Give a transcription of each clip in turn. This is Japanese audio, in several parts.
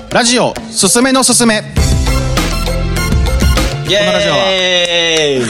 ラジオすすめのすすめ。 イエーイ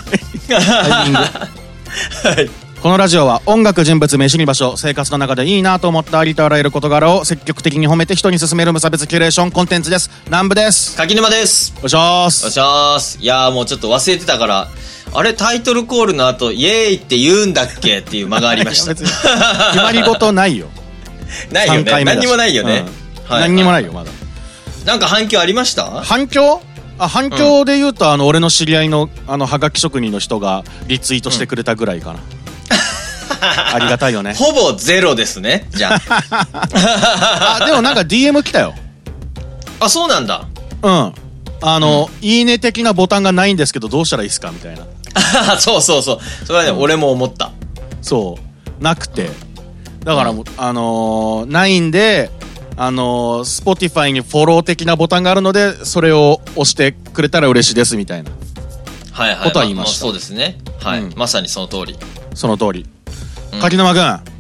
このラジオは音楽、人物、飯に場所、生活の中でいいなと思ったありとあらゆる事柄を積極的に褒めて人に勧める無差別キュレーションコンテンツです。南部です。 柿沼です。 お願いします。 お願いします。いやーもうちょっと忘れてたから、あれタイトルコールの後イエーイって言うんだっけっていう間がありました別に決まり事ないよ。 ないよね。何にもないよね、 はい、何にもないよまだ。 なんか反響ありました？ 反響で言うと、俺の知り合いのはがき職人の人がリツイートしてくれたぐらいかな、ありがたいよね。 ほぼゼロですね、じゃあ。 でもなんか DM 来たよ。 あ、そうなんだ。 いいね的なボタンがないんですけどどうしたらいいですかみたいな。 そうそれはね、俺も思った。 そうなくて、だからもう、ないんで、Spotify にフォロー的なボタンがあるので、それを押してくれたら嬉しいですみたいなことは言いました。 そうですね。はい、まさにその通り。 その通り。柿沼くん。 はい。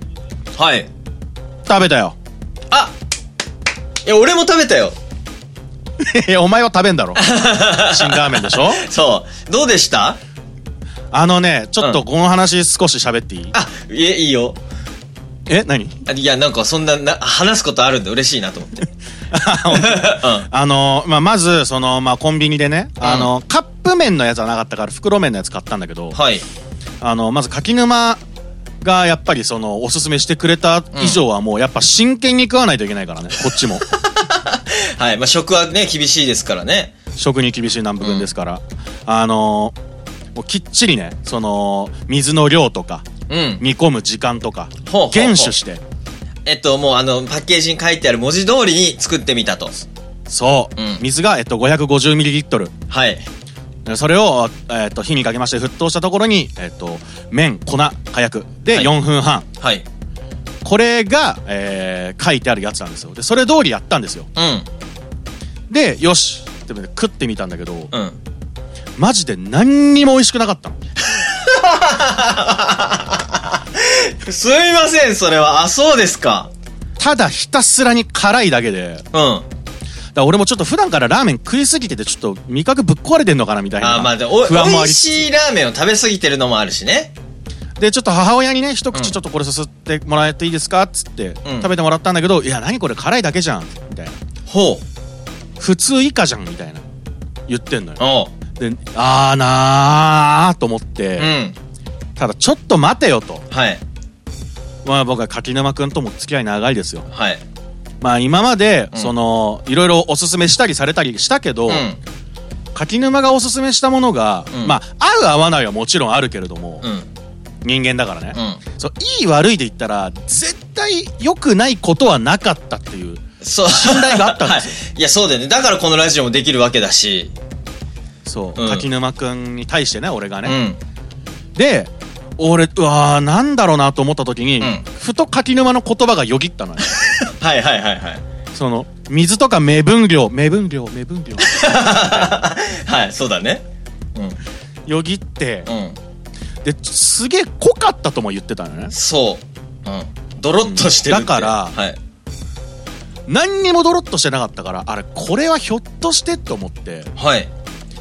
食べたよ。 あ、いや俺も食べたよ。 お前は食べんだろ。辛ラーメンでしょ。 そう。どうでした？ ちょっとこの話少し喋っていい？ いいよ。 何？ いや、なんかそんな話すことあるんで嬉しいなと思って。 まずコンビニでね、カップ麺のやつはなかったから袋麺のやつ買ったんだけど、はい、まず柿沼がやっぱりおすすめしてくれた以上はもうやっぱ真剣に食わないといけないからね、こっちも。 はい、食はね厳しいですからね。食に厳しい南部君ですから、もうきっちりね、水の量とか、煮込む時間とか厳守して、 もうパッケージに書いてある文字通りに作ってみたと。 そう、水が550ml。はい。それを火にかけまして沸騰したところに麺粉火薬で4分半。はい。これが書いてあるやつなんですよ。でそれ通りやったんですよ。でよしって食ってみたんだけど、マジで何にも美味しくなかったの。 すみません、それは。そうですか。 ただひたすらに辛いだけで、だ俺もちょっと普段からラーメン食いすぎてて、ちょっと味覚ぶっ壊れてんのかなみたいな不安もあり、美味しいラーメンを食べ過ぎてるのもあるしね。 でちょっと母親にね、一口ちょっとこれすすってもらえていいですかっつって食べてもらったんだけど、いや何これ辛いだけじゃんみたいな。普通以下じゃんみたいな言ってんのよ。でなーと思って、ただちょっと待てよと。はい。僕は柿沼くんとも付き合い長いですよ。はい。今までいろいろおすすめしたりされたりしたけど、柿沼がおすすめしたものが、合う合わないはもちろんあるけれども、人間だからね、いい悪いで言ったら絶対良くないことはなかったっていう信頼があったんですよ。 いやそうだよね。だからこのラジオもできるわけだし。 そう、柿沼くんに対してね、俺がね、で俺なんだろうなと思った時に、ふと柿沼の言葉がよぎったのよ。はいはいはいはい。水とか目分量はい、そうだね。 よぎって、ですげえ濃かったとも言ってたのね。 そう、ドロッとしてるって。だから、 何にもドロッとしてなかったから、これはひょっとしてと思って、はい、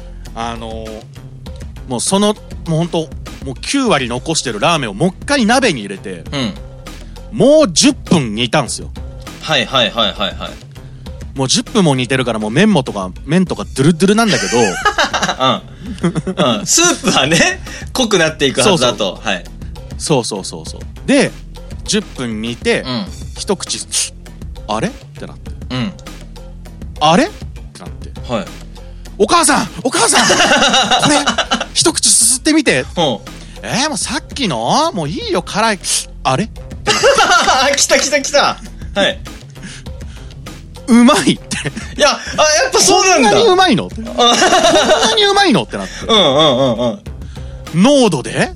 もうほんともう9割残してるラーメンをもう一回鍋に入れて、もう10分煮たんですよ。はいはいはいはいはい。もう10分も煮てるから、もう麺とかドゥルドゥルなんだけど、 スープはね濃くなっていくはずだと。はい。そうで10分煮て、一口あれってなって、あれってなって、はい、お母さんこれ一口すすってみて。もうさっきのもういいよ辛い、あれってなって来た。はい。 うまいって。 いや、やっぱそうなんだ。 こんなにうまいのこんなにうまいのってなって。濃度で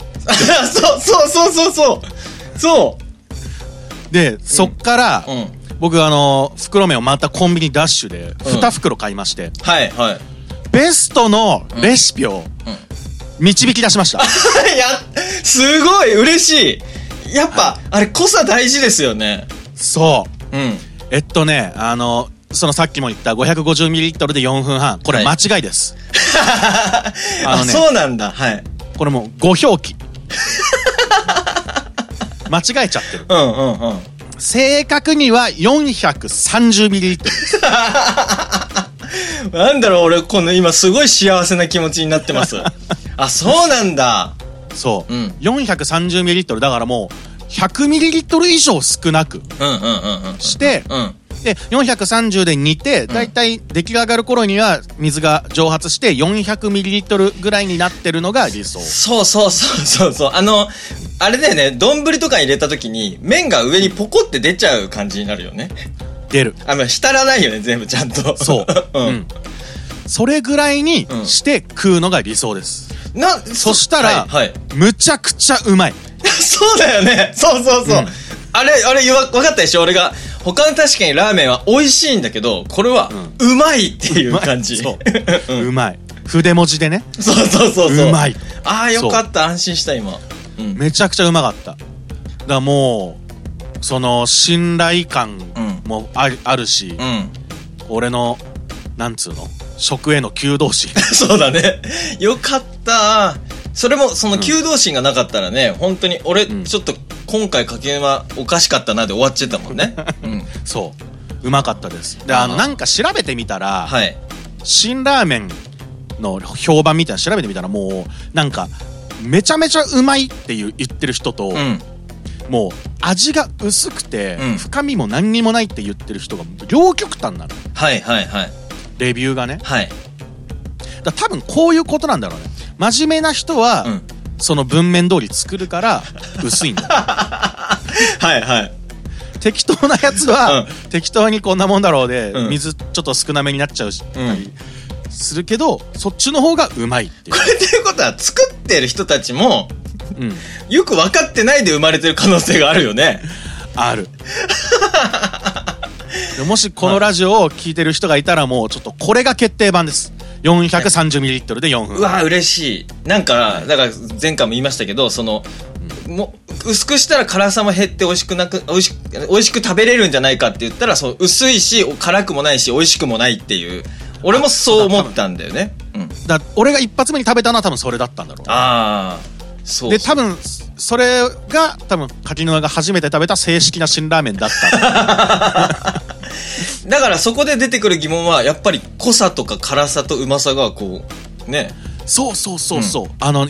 そうで、そっから、僕袋麺をまたコンビニダッシュで2袋買いまして、はいはい、ベストのレシピを導き出しました。いや、すごい嬉しい。やっぱ、あれ濃さ大事ですよね。 そう。 そのさっきも言った 550ml で4分半。これ間違いです。 はい、そうなんだ。はい。 これもう5表記。間違えちゃってる。 うんうんうん。 正確には 430ml です。 なんだろう、俺この今すごい幸せな気持ちになってます。あ、そうなんだ。 そう。430ml だからもう 100ml 以上少なくして、で430で煮て、だいたい出来上がる頃には水が蒸発して 400ml ぐらいになってるのが理想。 そうそうそうそうそう。あれだよね、丼とかに入れた時に麺が上にポコって出ちゃう感じになるよね。 出る。 浸らないよね、全部ちゃんと。 そう。うん。それぐらいにして食うのが理想です。そしたら、むちゃくちゃうまい。 そうだよね。そうそうそう。あれ分かったでしょ。俺が他の確かにラーメンは美味しいんだけど、これはうまいっていう感じ。 そう。うまい。筆文字でね。 そうそうそうそう。 うまい。 ああ、よかった。安心した今。 めちゃくちゃうまかった。だからもうその信頼感もあるし、俺のなんつうの食への求道心。 そうだね。よかった。それもその求道心がなかったらね、本当に俺ちょっと今回かけはおかしかったなで終わっちゃったもんね。 そううまかったです。でなんか調べてみたら、辛ラーメンの評判みたいな調べてみたら、もうなんかめちゃめちゃうまいって言ってる人と、もう味が薄くて深みも何にもないって言ってる人が両極端なの。レビューがね。だ多分こういうことなんだろうね。真面目な人は、その文面通り作るから薄いんだ。適当なやつは、適当にこんなもんだろうで、水ちょっと少なめになっちゃうし、するけど、そっちの方がうまいっていう。 これっていうことは作ってる人たちも、よく分かってないで生まれてる可能性があるよね。 ある。もしこのラジオを聞いてる人がいたら、もうちょっとこれが決定版です。430ml で4分。 うわ嬉しい。なんかだから前回も言いましたけど、そのもう薄くしたら辛さも減って美味しく食べれるんじゃないかって言ったら、そう薄いし辛くもないし美味しくもないっていう。俺もそう思ったんだよね。 だ俺が一発目に食べたのは多分それだったんだろう。 そうで多分それが多分柿沼が初めて食べた正式な辛ラーメンだった。 だからそこで出てくる疑問はやっぱり濃さとか辛さとうまさがこうね。 そう、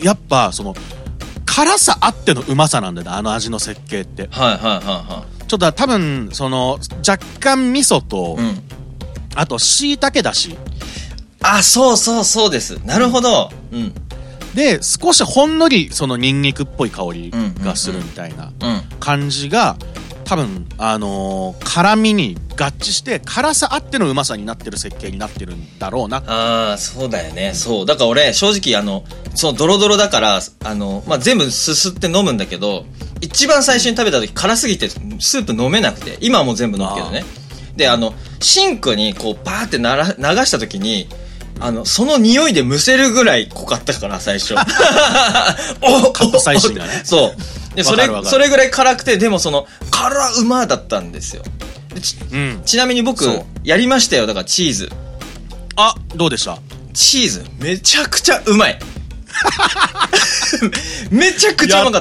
やっぱその辛さあってのうまさなんだよね、あの味の設計って。ちょっと多分その若干味噌と、あと椎茸だし。 そうです。なるほど。 で少しほんのりそのニンニクっぽい香りがするみたいな感じが、多分辛みに合致して辛さあってのうまさになってる設計になってるんだろうな。 そうだよね。そうだから俺正直そのドロドロだから全部すすって飲むんだけど、一番最初に食べた時辛すぎてスープ飲めなくて、今はもう全部飲むけどね。でシンクにこうバーって流した時にその匂いでむせるぐらい濃かったから最初。 カップサイシンがね。 そうでそれぐらい辛くて、でもその辛うまだったんですよ。ちなみに僕やりましたよ。だからチーズ。 どうでした？ チーズめちゃくちゃうまい。めちゃくちゃうまかった。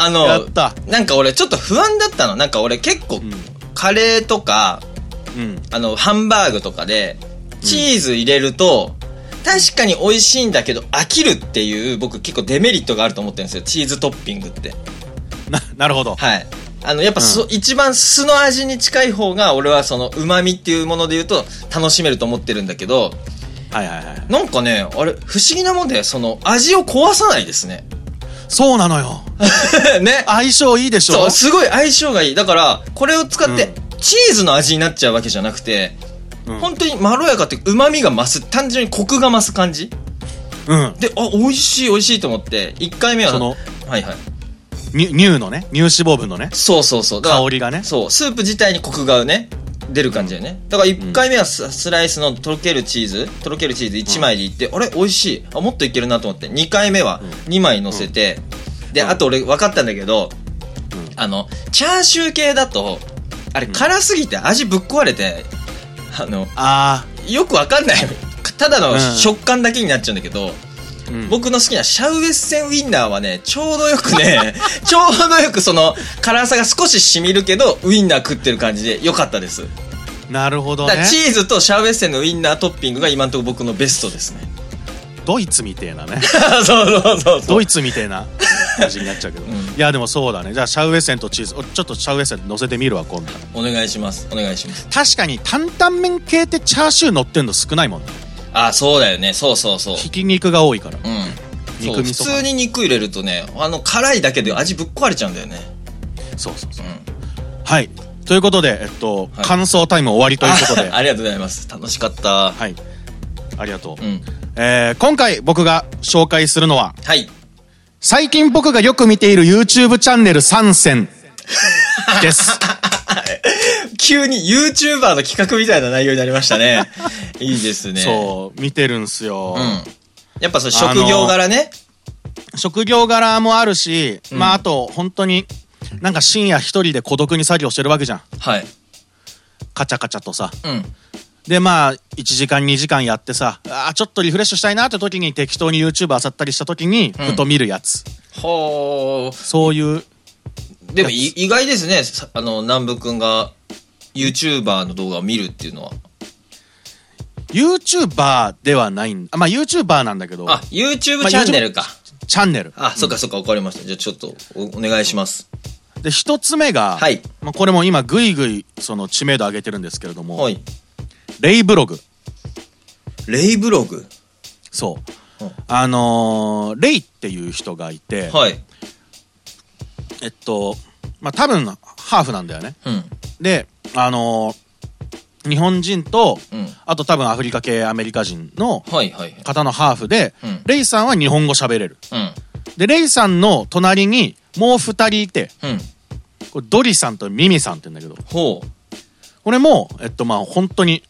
やった。 なんか俺ちょっと不安だったの。なんか俺結構カレーとかハンバーグとかでチーズ入れると確かに美味しいんだけど飽きるっていう、僕結構デメリットがあると思ってるんですよ、チーズトッピングって。 なるほど。 やっぱ一番酢の味に近い方が俺はその旨味っていうもので言うと楽しめると思ってるんだけど、なんかね、あれ不思議なもんでその味を壊さないですね。 そうなのよ。ね、相性いいでしょ。 そう、すごい相性がいい。だからこれを使ってチーズの味になっちゃうわけじゃなくて、本当にまろやかって旨味が増す、単純にコクが増す感じ。で美味しいと思って1回目は乳のね、乳脂肪分のね、 そう香りがね、 そうスープ自体にコクがね出る感じだよね。だから1回目はスライスのとろけるチーズ1枚でいって、あれ美味しい、もっといけるなと思って、2回目は2枚乗せて、であと俺分かったんだけど、チャーシュー系だとあれ辛すぎて味ぶっ壊れてよくわかんないただの食感だけになっちゃうんだけど、僕の好きなシャウエッセンウインナーはね、ちょうどよくねちょうどよくその辛さが少し染みるけどウインナー食ってる感じでよかったです。 なるほどね。 だチーズとシャウエッセンのウインナートッピングが今のところ僕のベストですね。 ドイツみてえなねそうドイツみてえな感じになっちゃうけど、いやでもそうだね。じゃあシャウエッセンとチーズちょっとシャウエッセン乗せてみるわ今度。 お願いします。 確かに担々麺系ってチャーシュー乗ってんの少ないもんね。 そうだよね。そうひき肉が多いから。 肉味噌。普通に肉入れるとね、辛いだけで味ぶっ壊れちゃうんだよね。 そう、はい、ということで感想タイム終わりということでありがとうございます。楽しかった。 はい、ありがとう。今回僕が紹介するのは、最近僕がよく見ている YouTube チャンネル3選です急に YouTuber の企画みたいな内容になりましたねいいですね。 そう見てるんすよ。 やっぱ職業柄ね。 職業柄もあるし、あと本当になんか深夜一人で孤独に作業してるわけじゃん。カチャカチャとさ。で1時間2時間やってさ、ちょっとリフレッシュしたいなって時に適当に YouTube 漁ったりした時にふと見るやつ。そういう。 でも意外ですね。南部くんが YouTuber の動画を見るっていうのは。 YouTuber ではないYouTuber なんだけど。 YouTube チャンネルか。 チャンネル。 そっかわかりました。じゃあちょっとお願いします。 で一つ目が、これも今グイグイその知名度上げてるんですけれども、レイブログ。そう。レイっていう人がいて、多分ハーフなんだよね。で、日本人と、あと多分アフリカ系アメリカ人の方のハーフで、レイさんは日本語喋れる。で、レイさんの隣にもう2人いて、これドリさんとミミさんって言うんだけど、これも、本当に、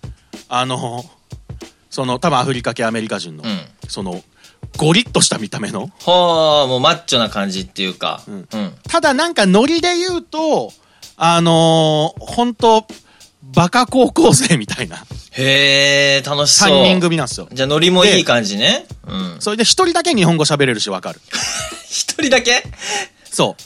多分アフリカ系アメリカ人の、ゴリッとした見た目の。 もうマッチョな感じっていうか。 ただなんかノリで言うと、本当バカ高校生みたいな。 楽しそう。 3人組なんですよ。 じゃあノリもいい感じね。 それで1人だけ日本語喋れるしわかる。 1人だけ？ そう。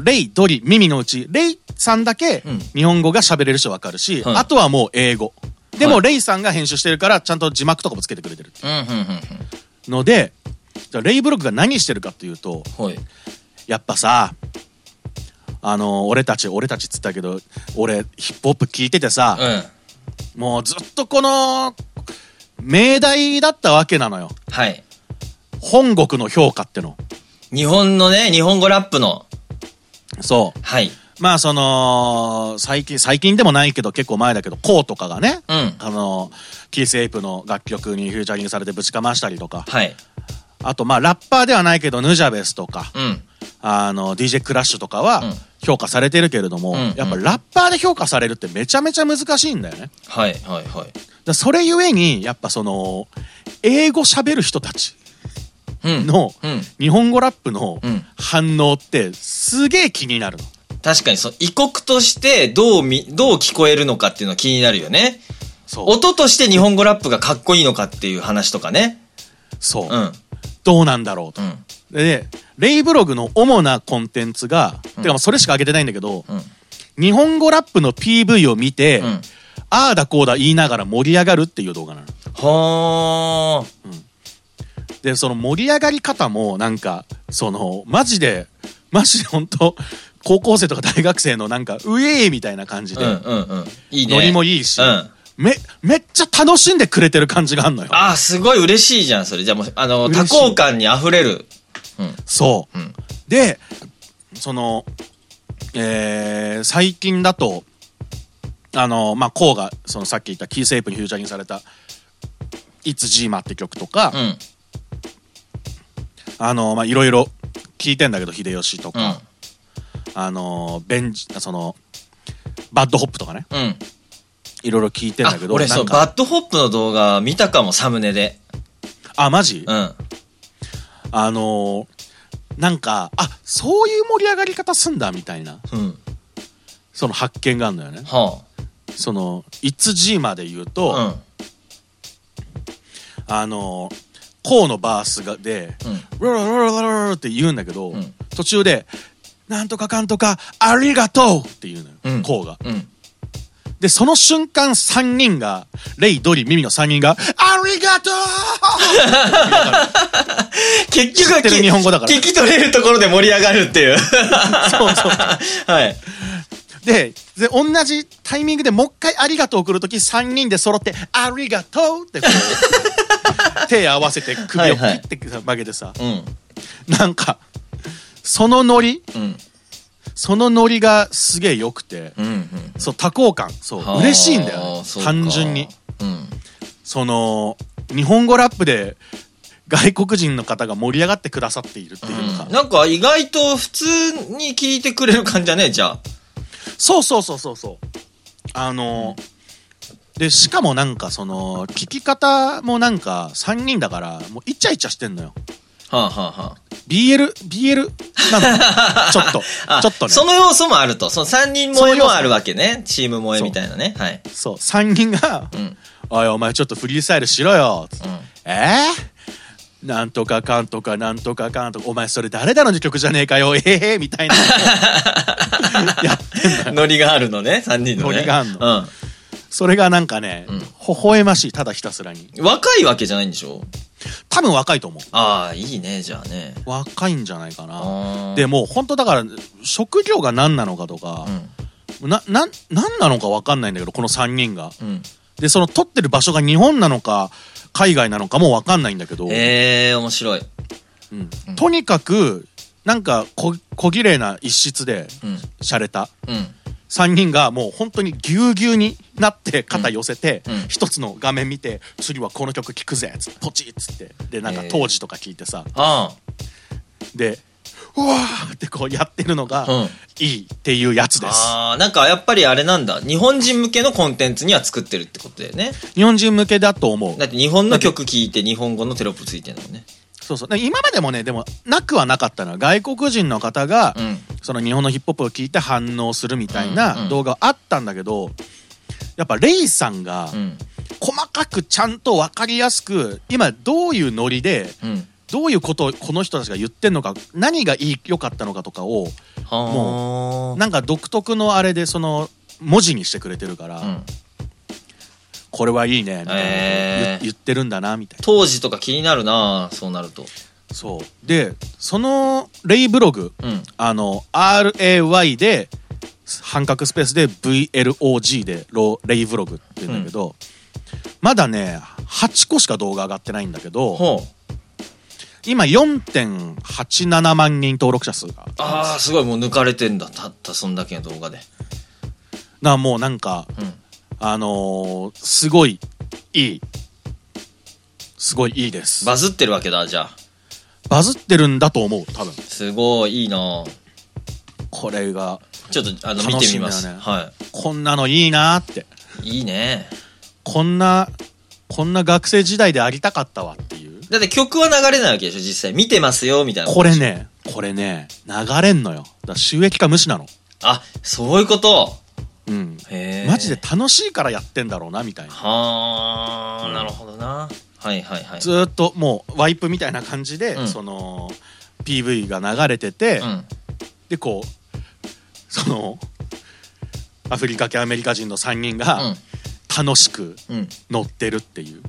レイ、ドリ、ミミのうち、レイさんだけ日本語が喋れるしわかるし、あとはもう英語。でもレイさんが編集してるからちゃんと字幕とかもつけてくれてる。ので、じゃあレイブログが何してるかっていうと、やっぱさ、俺たちっつったけど、俺ヒップホップ聞いててさ、もうずっとこの命題だったわけなのよ。本国の評価っての。 日本のね、日本語ラップの。 そう。最近でもないけど結構前だけど、コーとかがね、キースエイプの楽曲にフューチャリングされてぶちかましたりとか、あとラッパーではないけどヌジャベスとか、DJ クラッシュとかは評価されてるけれども、やっぱラッパーで評価されるってめちゃめちゃ難しいんだよね。それゆえにやっぱ英語喋る人たちの日本語ラップの反応ってすげえ気になるの。 確かに異国としてどう聞こえるのかっていうのは気になるよね。音として日本語ラップがかっこいいのかっていう話とかね。どうなんだろうと。で、レイブログの主なコンテンツが、てかそれしか上げてないんだけど、日本語ラップの PV を見て、ああだこうだ言いながら盛り上がるっていう動画なの。で、その盛り上がり方もなんか、マジで本当高校生とか大学生のなんか、ウェーみたいな感じで、 いいね。 ノリもいいし、めっちゃ楽しんでくれてる感じがあんのよ。 すごい嬉しいじゃん、それ。じゃあもう、多幸感に溢れる。 そう。で、最近だと、コウが、さっき言ったキースエイプにフューチャリングされた、It's Gma って曲とか、いろいろ聞いてんだけど、秀吉とか、バッドホップとかね。いろいろ聞いてんだけど。 俺バッドホップの動画見たかも、サムネで。 マジ？なんか、そういう盛り上がり方すんだ、みたいな。その発見があるのよね。 そのIt's Gまで言うと、こうのバースで、ロロロロロロって言うんだけど、途中で、なんとかかんとか、ありがとうって言うのよ、こうが。で、その瞬間3人が、レイ、ドリ、ミミの3人が、ありがとう結局は日本語だから。 聞き取れるところで盛り上がるっていう。そうそう。 はい。 で、同じタイミングでもう一回ありがとうを送るとき3人で揃って、ありがとうってこう、手合わせて首をピッて曲げてさ、なんか、そのノリがすげえ良くて、そう、多幸感、そう、嬉しいんだよね、単純に。その、日本語ラップで、外国人の方が盛り上がってくださっているっていうのが、 なんか意外と普通に聞いてくれる感じだね、じゃあ。 そう。で、しかもなんかその、聞き方もなんか3人だから、もうイチャイチャしてんのよ。BL なのちょっとね。 その要素もあると。その3人萌えもあるわけね。チーム萌えみたいなね。はい。 そう、3人が、おいお前ちょっとフリースタイルしろよ。なんとかかんとかなんとかかんとか、お前それ誰だの曲じゃねえかよ、みたいな。やってんだよ。 ノリがあるのね、3人のね。 ノリがあるの。それがなんかね、微笑ましい、ただひたすらに。 若いわけじゃないんでしょ？ 多分若いと思う。 ああ、いいね、じゃあね。 若いんじゃないかな。でもう本当だから、職業が何なのかとか、何なのか分かんないんだけど、この3人が。で、その撮ってる場所が日本なのか、海外なのかも分かんないんだけど。 面白い。 とにかく、なんか小綺麗な一室で、洒落た。3人がもう本当にぎゅうぎゅうになって肩寄せて、一つの画面見て、次はこの曲聴くぜっつってポチッつって、でなんか当時とか聞いてさ、でうわーってこうやってるのがいいっていうやつです。 なんかやっぱりあれなんだ、日本人向けのコンテンツには作ってるってことだよね。 日本人向けだと思う。 だって日本の曲聴いて日本語のテロップついてるのもんね。 そう。今までもね、でもなくはなかったのは、外国人の方が、その日本のヒップホップを聞いて反応するみたいな動画あったんだけど、やっぱレイさんが細かくちゃんと分かりやすく、今どういうノリで、どういうことをこの人たちが言ってんのか、何が良かったのかとかを、もうなんか独特のあれでその文字にしてくれてるから、これはいいねみたいな言ってるんだなみたいな。 当時とか気になるな、そうなると。 そうで、そのレイブログ、RAY で半角スペースで VLOG でレイブログって言うんだけど、まだね8個しか動画上がってないんだけど、今 4.87 万人登録者数が。 すごい、もう抜かれてんだ、たったそんだけの動画で。 もうなんか、すごいいいです。 バズってるわけだ、じゃあ。 バズってるんだと思う、多分。 すごいいいな。 これがちょっと見てみます。はい。 こんなのいいなって。いいね。 こんな学生時代でありたかったわっていう。 だって曲は流れないわけでしょ、実際。見てますよみたいな。 これね流れんのよ。だから収益化無視なの。 そういうこと。 マジで楽しいからやってんだろうなみたいな。 なるほどな。 ずーっともうワイプみたいな感じで、その PV が流れてて、でこうそのアフリカ系アメリカ人の3人が楽しく乗ってるっていう。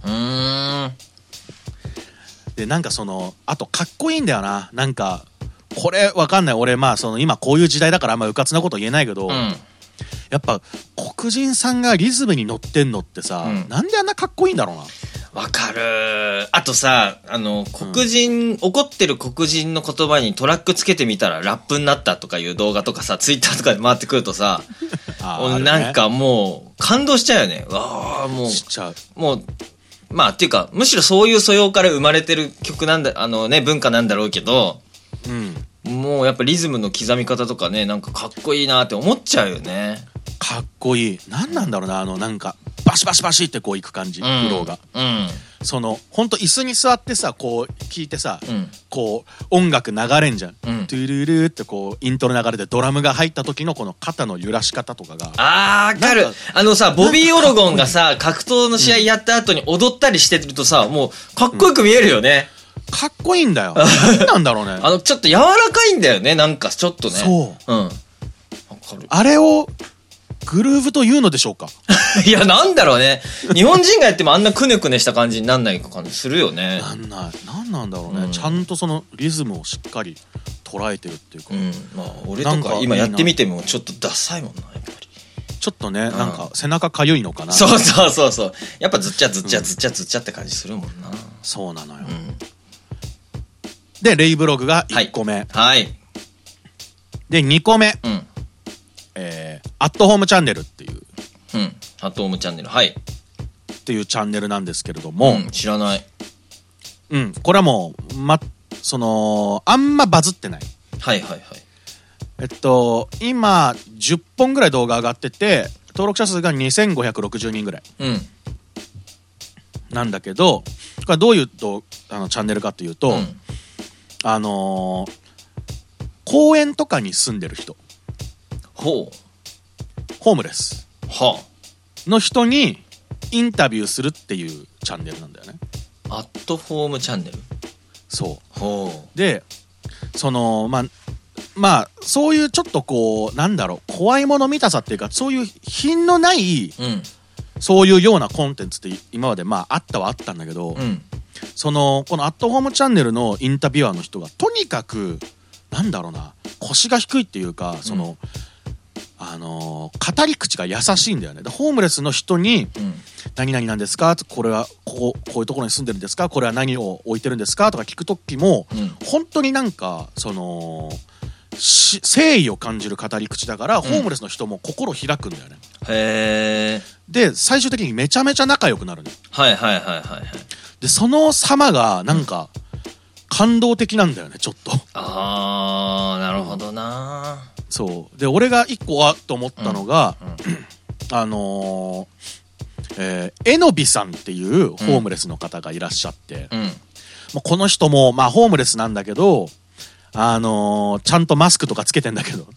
でなんかそのあとかっこいいんだよな。なんかこれわかんない、俺その今こういう時代だからあんまうかつなこと言えないけど、やっぱ黒人さんがリズムに乗ってんのってさ、なんであんなかっこいいんだろうな。 わかる。あとさ、黒人、怒ってる黒人の言葉にトラックつけてみたらラップになったとかいう動画とかさ、ツイッターとかで回ってくるとさ、なんかもう感動しちゃうよね。もうしちゃう。もうっていうか、むしろそういう素養から生まれてる曲なんだ、文化なんだろうけど、もうやっぱリズムの刻み方とかね、なんかかっこいいなって思っちゃうよね。 かっこいい。なんなんだろうな、なんかバシバシバシってこういく感じ、フローが。 そのほんと椅子に座ってさこう聞いてさ、 うん、 こう音楽流れんじゃん、 うん、 トゥルルーってこうイントロ流れでドラムが入った時のこの肩の揺らし方とかがわかる。さボビー・オロゴンがさ格闘の試合やった後に踊ったりしてるとさ、もうかっこよく見えるよね、 かっこいいんだよ何なんだろうねちょっと柔らかいんだよね、なんかちょっとね。 そう、 うん、わかる。 あれをグルーヴというのでしょうかいや、なんだろうね。日本人がやってもあんなくねくねした感じになんない感じするよね。 なんなんだろうね、ちゃんとそのリズムをしっかり捉えてるっていうか、 まあ俺とか今やってみてもちょっとダサいもんな、やっぱり。ちょっとね、なんか背中かゆいのかな。 そうそうそうそう。やっぱずっちゃずっちゃずっちゃずっちゃって感じするもんな。 そうなのよ。で、レイブログが1個目。 はい。 で、2個目。アットホームチャンネルっていう。 アットホームチャンネル。はい。 っていうチャンネルなんですけれども。 知らない。 これはもう、あんまバズってない。 はいはいはい。 今、10本ぐらい動画上がってて、登録者数が2560人ぐらい。なんだけど、これどういうチャンネルかというと、公園とかに住んでる人。ホームレスの人にインタビューするっていうチャンネルなんだよね。 アットホームチャンネル。 そうで、まあそういうちょっとこうなんだろう、怖いもの見たさっていうか、そういう品のない、そういうようなコンテンツって今まであったんだけど、このアットホームチャンネルのインタビュアーの人がとにかくなんだろうな、腰が低いっていうか、語り口が優しいんだよね。でホームレスの人に、何々なんですか、これはこういうところに住んでるんですか、これは何を置いてるんですかとか聞くときも、本当になんか誠意を感じる語り口だから、ホームレスの人も心開くんだよね。 へー。 で最終的にめちゃめちゃ仲良くなるの。 はいはいはいはい。 でその様がなんか感動的なんだよね、ちょっと。 なるほどな。 そうで、俺が一個と思ったのが、えのびさんっていうホームレスの方がいらっしゃって、もうこの人もホームレスなんだけど、ちゃんとマスクとかつけてんだけど、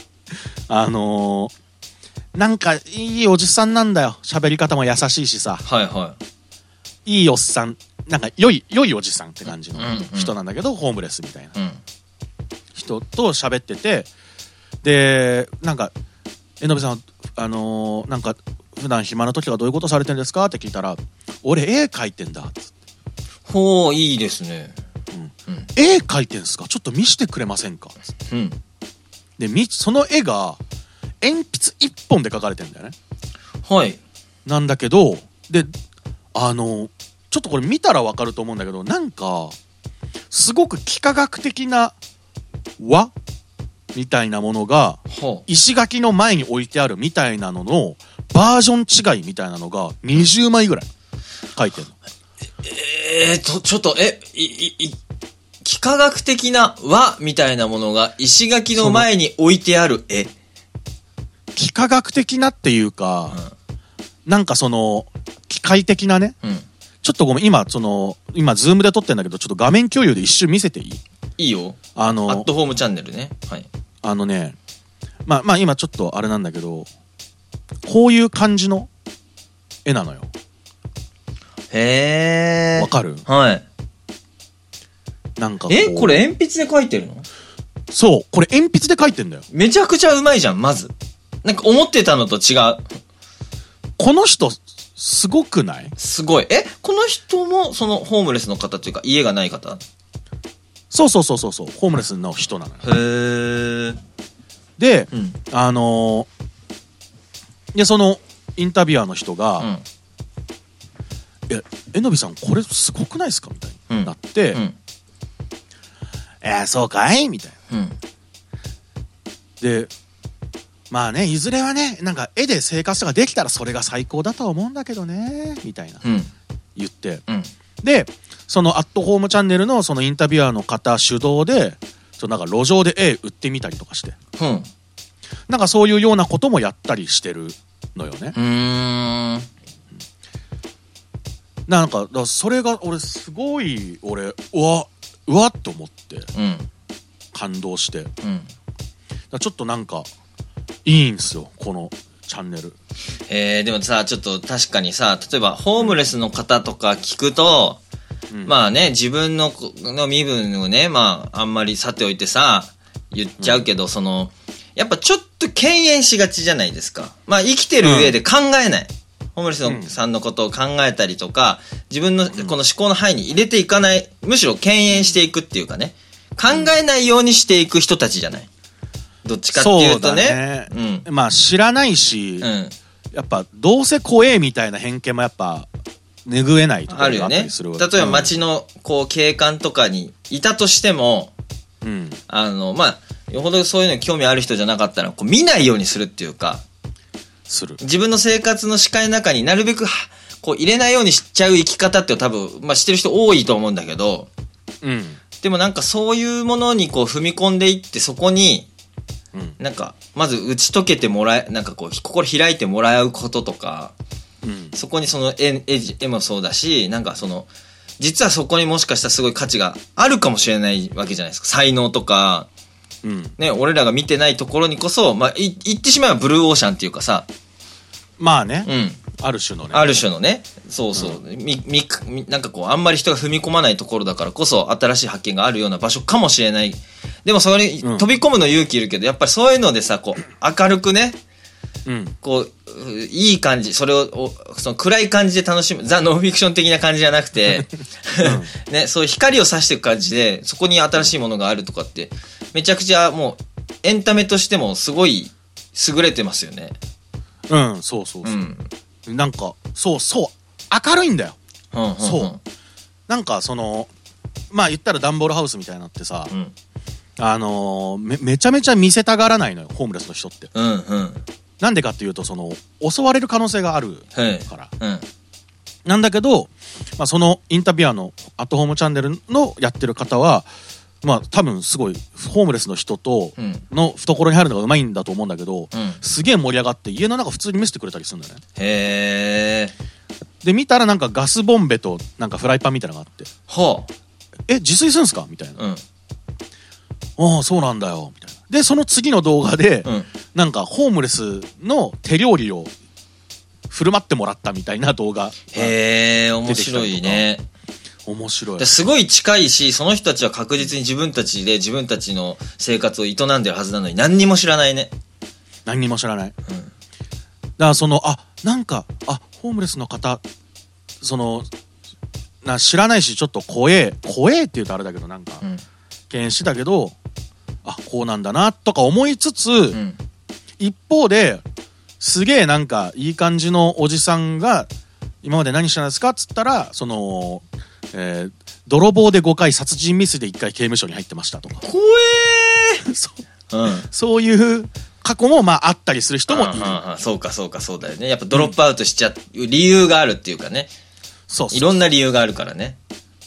なんかいいおじさんなんだよ。喋り方も優しいしさ、いいおっさん、なんか良いおじさんって感じの人なんだけど、ホームレスみたいな人と喋ってて、でなんかえのびさん、なんか普段暇な時はどういうことされてるんですかって聞いたら、俺絵描いてんだっつって。 ほう、いいですね。 絵描いてんすか、ちょっと見せてくれませんかっつって。でその絵が鉛筆一本で描かれてんだよね。なんだけど、でちょっとこれ見たらわかると思うんだけど、なんかすごく幾何学的な輪みたいなものが石垣の前に置いてあるみたいなののバージョン違いみたいなのが20枚ぐらい書いてるの。 ちょっと幾何学的な輪みたいなものが石垣の前に置いてある絵。 幾何学的なっていうか、なんか機械的なね、ちょっとごめん、今ズームで撮ってんだけど、ちょっと画面共有で一瞬見せていい？ いいよ。アットホームチャンネルね。はい。 今ちょっとあれなんだけど、こういう感じの絵なのよ。 へー。 わかる？ はい。 なんかこれ鉛筆で描いてるの？ そう、これ鉛筆で描いてんだよ。 めちゃくちゃうまいじゃん、まず。なんか思ってたのと違う。 この人、すごくない？ すごい。この人も、ホームレスの方というか、家がない方？ そう、ホームレスの人なのよ。 へー。 で、そのインタビュアーの人が、えのびさんこれすごくないですかみたいになって、そうかいみたいな。で、まあね、いずれはね、なんか絵で生活ができたらそれが最高だとは思うんだけどね、みたいな、言って、で、そのアットホームチャンネルのそのインタビュアーの方主導で、なんか路上で絵売ってみたりとかして、なんかそういうようなこともやったりしてるのよね。 なんか、だからそれが俺すごい、うわっと思って、感動して。ちょっとなんか、いいんすよ、このチャンネル。 でもさ、ちょっと確かにさ、例えばホームレスの方とか聞くと、まあね、自分の身分をね、まあ、あんまりさておいてさ、言っちゃうけど、やっぱちょっと敬遠しがちじゃないですか。まあ、生きてる上で考えない。ホームレスさんのことを考えたりとか、自分のこの思考の範囲に入れていかない、むしろ敬遠していくっていうかね、考えないようにしていく人たちじゃない。どっちかっていうとね。 まあ、知らないし、やっぱ、どうせ怖えみたいな偏見もやっぱ、拭えないところがあったりするわけ。 例えば街のこう警官とかにいたとしても、まあよほどそういうのに興味ある人じゃなかったらこう見ないようにするっていうか、自分の生活の視界の中になるべくこう入れないようにしちゃう生き方って多分まあ知ってる人多いと思うんだけど、でもなんかそういうものにこう踏み込んでいってそこになんかまず打ち解けてもらえ、なんかこう心開いてもらうこととか。そこにその絵もそうだし、なんか実はそこにもしかしたらすごい価値があるかもしれないわけじゃないですか。才能とか、ね、俺らが見てないところにこそ、まあ、言ってしまえばブルーオーシャンっていうかさ。 まあね。ある種のね。 ある種のね。そうそう。なんかこう、あんまり人が踏み込まないところだからこそ、新しい発見があるような場所かもしれない。でもそれに飛び込むの勇気いるけど、やっぱりそういうのでさ、こう、明るくね、こういい感じ、それをその暗い感じで楽しむ、ザ・ノンフィクション的な感じじゃなくて、ね、そういう光を差していく感じでそこに新しいものがあるとかってめちゃくちゃもうエンタメとしてもすごい優れてますよね。 そうそうそう、なんかそう明るいんだよ。そうなんかまあ言ったらダンボールハウスみたいになってさ、めちゃめちゃ見せたがらないのよ、ホームレスの人って。なんでかっていうと、襲われる可能性があるから。なんだけど、まあ、そのインタビュアーのアットホームチャンネルのやってる方は、まあ、多分すごい、ホームレスの人と、の懐に入るのがうまいんだと思うんだけど、すげえ盛り上がって、家の中普通に見せてくれたりするんだよね。で、見たらなんかガスボンベと、なんかフライパンみたいなのがあって。自炊するんすかみたいな。ああ、そうなんだよ。みたいな。で、その次の動画で、なんかホームレスの手料理を振る舞ってもらったみたいな動画。 面白いね。 面白い。 すごい近いし、その人たちは確実に自分たちで自分たちの生活を営んでるはずなのに何にも知らないね。 何にも知らない。だからなんか、ホームレスの方、知らないし、ちょっと怖えって言うとあれだけど、なんか、敬遠してたけど、こうなんだなとか思いつつ、一方ですげえなんかいい感じのおじさんが今まで何したんですかっつったら、泥棒で5回、殺人未遂で1回刑務所に入ってましたとか。 怖えそういう過去もまああったりする人もいる。 そうかそうだよね。やっぱドロップアウトしちゃう理由があるっていうかね。いろんな理由があるからね。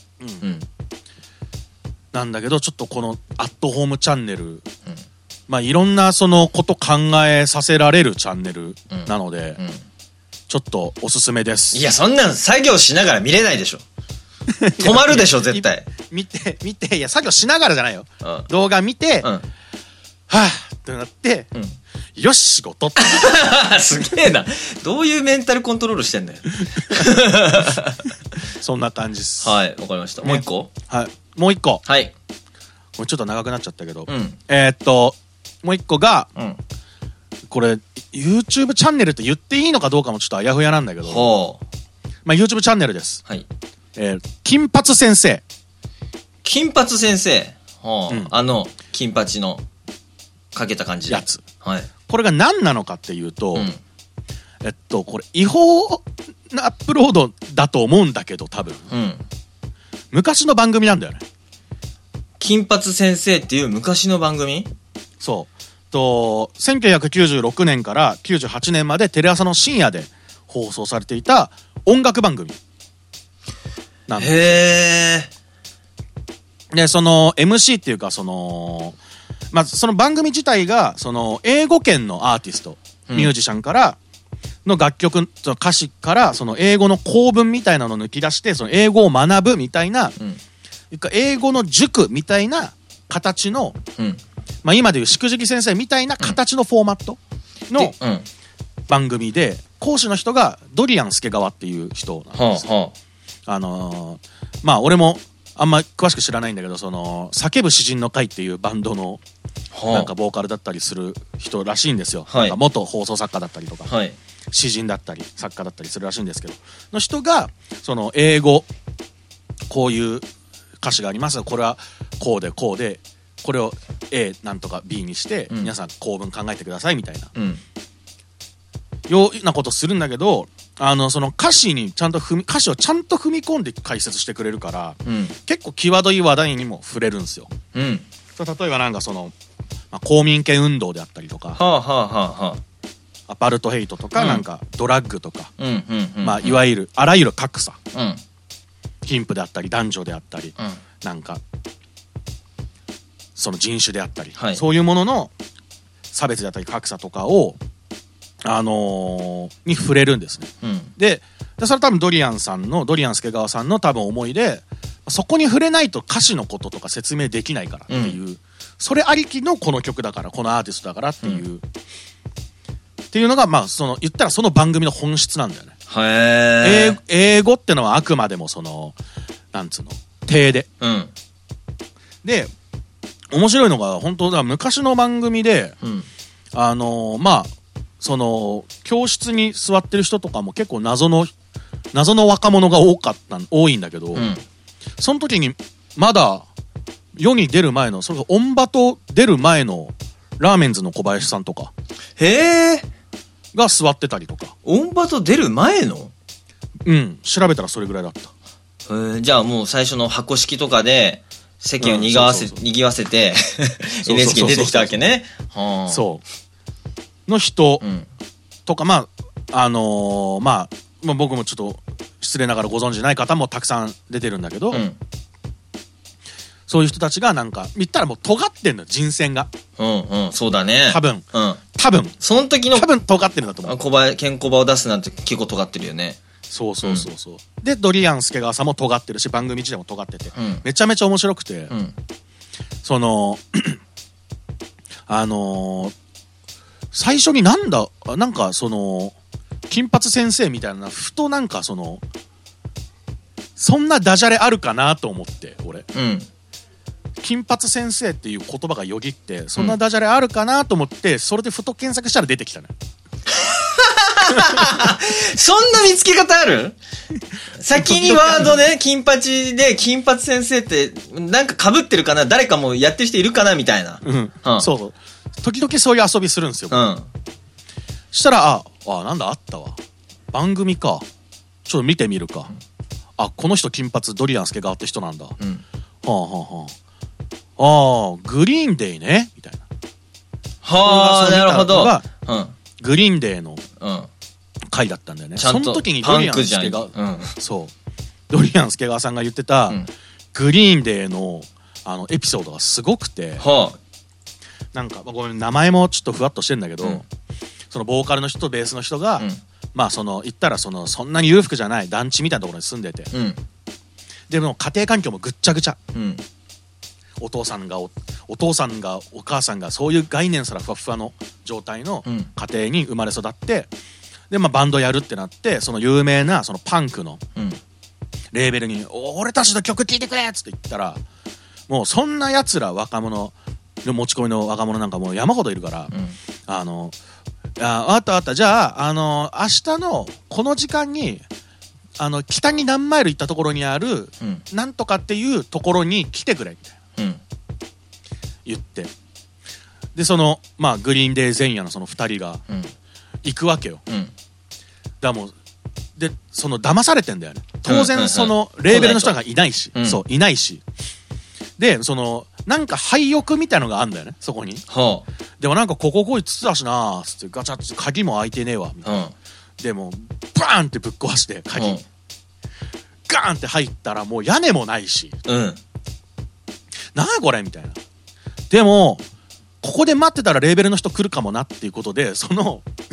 なんだけど、ちょっとこのアットホームチャンネル、まあいろんなこと考えさせられるチャンネルなので、ちょっとおすすめです。 いや、そんなん作業しながら見れないでしょ。止まるでしょ、絶対。 見て、いや、作業しながらじゃないよ。動画見て、はぁってなって、よし、仕事ってすげえな。どういうメンタルコントロールしてんだよ。 そんな感じです。 はい、わかりました。もう一個？ はい。もう一個。 はい。 もうちょっと長くなっちゃったけど。もう一個が、これ、YouTube チャンネルって言っていいのかどうかもちょっとあやふやなんだけど、まあ YouTube チャンネルです。はい。金髪先生。 金髪先生。金髪のかけた感じやつ。 はい。 これが何なのかっていうと、これ違法なアップロードだと思うんだけど、多分。昔の番組なんだよね。 金髪先生っていう昔の番組？ そう。1996年から98年までテレ朝の深夜で放送されていた音楽番組なんです。 へー。で、MC っていうか、まあ、その番組自体が、英語圏のアーティスト、ミュージシャンから、 の楽曲、その歌詞からその英語の構文みたいなのを抜き出して、その英語を学ぶみたいな、英語の塾みたいな形の、まあ今でいうしくじき先生みたいな形のフォーマットの番組で、講師の人がドリアン助川っていう人なんですよ。まあ俺もあんま詳しく知らないんだけど、その叫ぶ詩人の会っていうバンドのなんかボーカルだったりする人らしいんですよ。なんか元放送作家だったりとか、詩人だったり作家だったりするらしいんですけど、の人がその英語こういう歌詞があります。これはこうでこうで、これを A なんとか B にして、皆さん構文考えてくださいみたいな、ようなことするんだけど、その歌詞をちゃんと踏み込んで解説してくれるから、結構際どい話題にも触れるんですよ。例えばなんかその、まあ、公民権運動であったりとか、アパルトヘイトとか、なんかドラッグとか、まあいわゆるあらゆる格差、貧富であったり男女であったり、なんかその人種であったり、そういうものの差別であったり格差とかをに触れるんですね。でそれ多分ドリアン助川さんの多分思いで、そこに触れないと歌詞のこととか説明できないからっていう、それありきのこの曲だから、このアーティストだからっていう、っていうのが、まあその言ったらその番組の本質なんだよね。英語ってのはあくまでもそのなんつうの体で、で面白いのが本当だ、昔の番組で、まあその教室に座ってる人とかも結構謎の若者が多いんだけど、その時にまだ世に出る前の、それがオンバト出る前のラーメンズの小林さんとかが座ってたりとか。 オンバト出る前の？ 調べたらそれぐらいだった。 じゃあもう最初の箱式とかで世間を賑わせて NHK に出てきたわけね。 の人とか、まあ僕もちょっと失礼ながらご存知ない方もたくさん出てるんだけど、そういう人たちがなんか言ったらもう尖ってんの、人選が。 そうだね。 多分その時の多分尖ってるんだと思う。 ケンコバを出すなんて結構尖ってるよね。 そうでドリアン助川さんも尖ってるし、番組自体も尖ってて、めちゃめちゃ面白くて、その最初になんかその金髪先生みたいな、ふとなんかそんなダジャレあるかなと思って、俺、金髪先生っていう言葉がよぎって、そんなダジャレあるかなと思って、それでふと検索したら出てきたね。 そんな見つけ方ある？先にワードね、金髪で金髪先生ってなんか被ってるかな、誰かもやってる人いるかなみたいな。 そう時々そういう遊びするんですよ。したらなんだあったわ、番組か、ちょっと見てみるか、この人金髪ドリアン助川って人なんだ、グリーンデイねみたいな。 なるほど。 グリーンデイの回だったんだよね。その時にドリアン助川、ドリアン助川さんが言ってた、グリーンデイのエピソードがすごくて、なんかごめん名前もちょっとふわっとしてんだけど、そのボーカルの人とベースの人が、まあその言ったらそんなに裕福じゃない団地みたいなところに住んでて、でも家庭環境もぐっちゃぐちゃ、お父さんがお母さんがそういう概念すらふわふわの状態の家庭に生まれ育って、でまあバンドやるってなって、その有名なそのパンクのレーベルに俺たちの曲聴いてくれっつって言ったら、もうそんなやつら若者持ち込みの若者なんかもう山ほどいるから、あったじゃあ明日のこの時間に北に何マイル行ったところにある、なんとかっていうところに来てくれみたいな、言って、でまあグリーンデー前夜のその2人が行くわけよ。だからもうで騙されてんだよね当然。そのレーベルの人がいないし、いないし、でなんか廃屋みたいのがあんだよねそこに。でもなんかここ来いつつだしなーっつってガチャッと鍵も開いてねえわみたいな。でもバーンってぶっ壊して鍵、ガーンって入ったらもう屋根もないし、なんやこれみたいな。でもここで待ってたらレーベルの人来るかもなっていうことで、その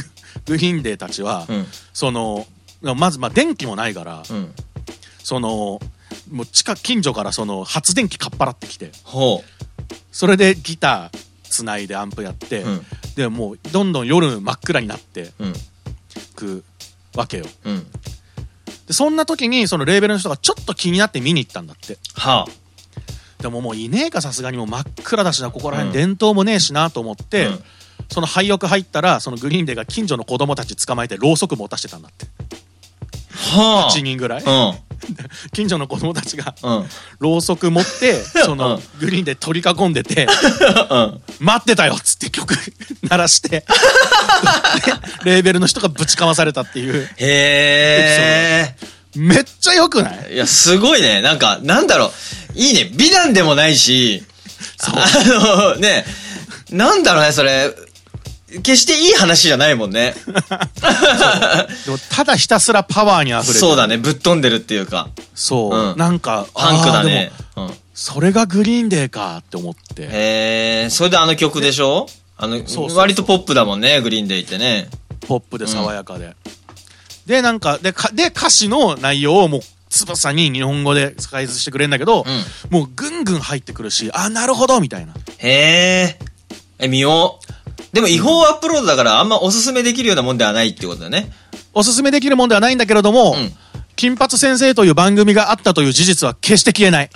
グリーンデーたちは、そのまず電気もないから、そのもう近所からその発電機かっぱらってきて、それでギターつないでアンプやって、でもうどんどん夜真っ暗になってくわけよ。でそんな時にそのレーベルの人がちょっと気になって見に行ったんだって。でももういねえか、さすがにもう真っ暗だしな、ここら辺電灯もねえしなと思って、その廃屋入ったら、そのグリーンデーが近所の子供たち捕まえてろうそく持たしてたんだって。8人ぐらい、近所の子供たちがろうそく持ってそのグリーンデー取り囲んでて待ってたよっつって曲鳴らしてレーベルの人がぶちかまされたっていう。 へー、めっちゃ良くない？ いや、すごいね。なんか、なんだろう。いいね。美談でもないし、ね、なんだろうね、それ。決していい話じゃないもんね。 でもただひたすらパワーに溢れてる。 そうだね。ぶっ飛んでるっていうか。 そう。なんか、 パンクだね。 それがグリーンデーかって思って。 へー。それであの曲でしょ？割とポップだもんね、グリーンデーってね。 ポップで爽やかで。で、なんか、で、歌詞の内容をもう、つぶさに日本語で解説してくれるんだけど、もうぐんぐん入ってくるし、なるほどみたいな。 へー。見よう。でも違法アップロードだからあんまおすすめできるようなもんではないってことだね。おすすめできるもんではないんだけれども、金髪先生という番組があったという事実は決して消えない。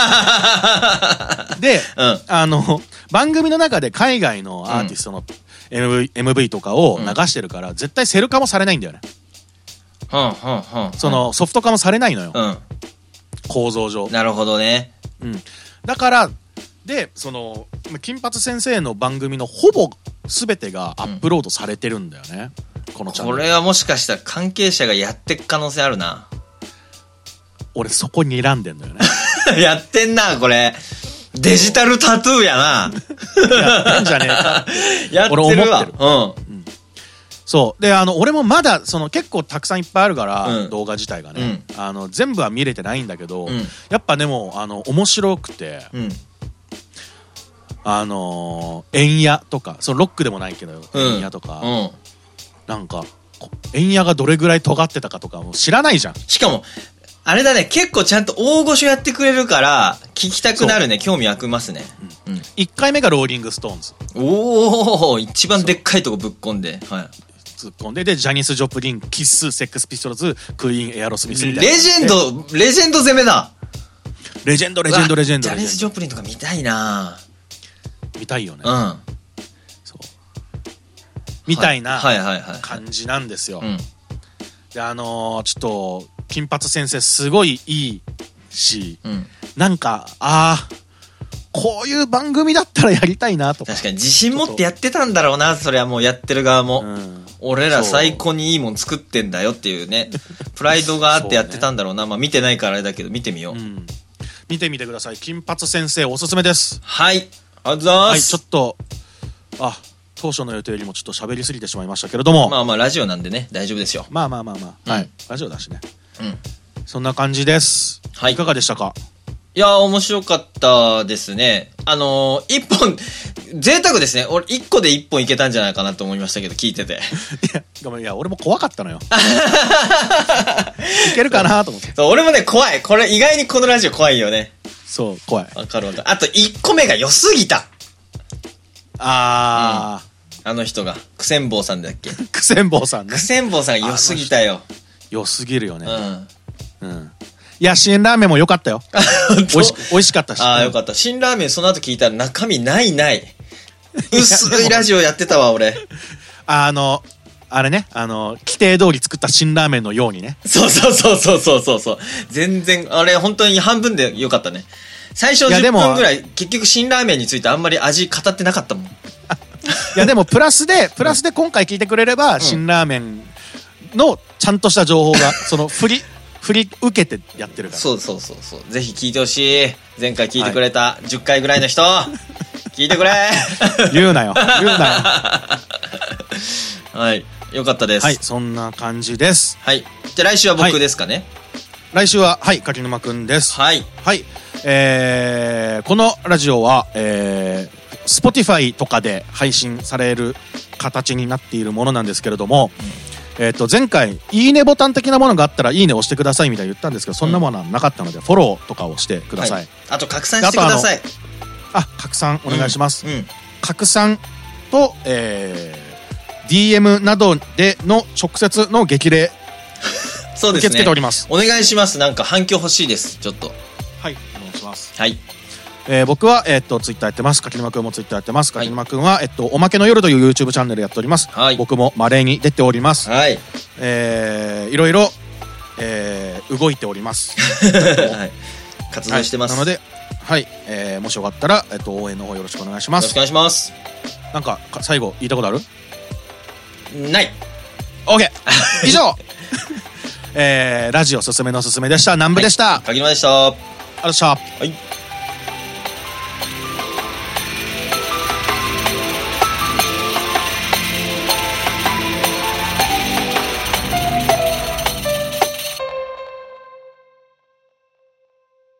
で、番組の中で海外のアーティストの MV とかを流してるから、絶対セル化もされないんだよね。そのソフト化もされないのよ。構造上。 なるほどね。 だから、で、その、金髪先生の番組のほぼ全てがアップロードされてるんだよね。このチャンネル。 これはもしかしたら関係者がやってく可能性あるな。 俺そこに選んでんだよね。 やってんな、これ。デジタルタトゥーやな。 やってんじゃねえか。 やってるわ。 俺思ってる。そう。で、俺もまだ、結構たくさんいっぱいあるから、動画自体がね。全部は見れてないんだけど、やっぱでも、面白くて、エンヤとか、ロックでもないけど、エンヤとか、なんか、エンヤがどれぐらい尖ってたかとかも知らないじゃん。 しかも、あれだね、結構ちゃんと大御所やってくれるから、聞きたくなるね、興味湧きますね。 1回目がローリングストーンズ。 おー、一番でっかいとこぶっこんで。 突っ込んで、で、ジャニス・ジョプリン、キス、セックス・ピストルズ、クイーン、エアロスミスみたいな。 レジェンド攻めだ。 レジェンド。 ジャニス・ジョプリンとか見たいな。 見たいよね。そう。みたいな感じなんですよ。で、ちょっと、金髪先生すごいいいし、なんか、こういう番組だったらやりたいなとか。 確かに自信持ってやってたんだろうな、それはもうやってる側も。俺ら最高にいいもん作ってんだよっていうね。プライドがあってやってたんだろうな。まあ見てないからあれだけど見てみよう。 見てみてください。金髪先生おすすめです。 はい。ありがとうございます。はい、 ちょっと、当初の予定よりもちょっと喋りすぎてしまいましたけれども。 まあまあラジオなんでね、大丈夫ですよ。 まあ。はい。ラジオだしね。そんな感じです。はい。いかがでしたか？ いやー、面白かったですね。一本、贅沢ですね。俺、一個で一本いけたんじゃないかなと思いましたけど、聞いてて。 ごめん、俺も怖かったのよ。いけるかなと思って。 そう、俺もね、怖い。これ、意外にこのラジオ怖いよね。 そう、怖い。 わかる。あと、一個目が良すぎた。あの人が、クセンボウさんだっけ？ クセンボウさんね。 クセンボウさんが良すぎたよ。 良すぎるよね。いや、辛ラーメンも良かったよ。美味しかったし。 よかった。辛ラーメンその後聞いたら中身ない。薄いラジオやってたわ、俺。 あれね、規定通り作った辛ラーメンのようにね。 そう。全然、あれ、本当に半分で良かったね。最初10分ぐらい、結局辛ラーメンについてあんまり味語ってなかったもん。いや、でも、プラスで今回聞いてくれれば、辛ラーメンのちゃんとした情報が、振り受けてやってるから。 そう。ぜひ聞いてほしい。前回聞いてくれた10回ぐらいの人、聞いてくれ。 言うなよ。 はい。よかったです。 はい、そんな感じです。 はい。じゃあ来週は僕ですかね。 来週は、柿沼くんです。 はい。 はい。このラジオは、Spotify とかで配信される形になっているものなんですけれども、前回いいねボタン的なものがあったらいいね押してくださいみたいに言ったんですけど、そんなものはなかったのでフォローとかをしてください。 あと拡散してください。 拡散お願いします。拡散と、DM などでの直接の激励そうですね、 受け付けております。 お願いします。なんか反響欲しいです。ちょっとはい、お願いします。 はい。 僕は、ツイッターやってます。柿沼くんもツイッターやってます。柿沼くんは、おまけの夜という YouTube チャンネルやっております。はい、僕も稀に出ております。はい。いろいろ、動いております。 はい。活動してます。 なので、はい、もしよかったら、応援の方よろしくお願いします。 よろしくお願いします。 なんか、最後、言いたことある？ ない。 OK! 以上ラジオすすめのすすめでした。南部でした。 柿沼でした。 ありがとうございました。はい。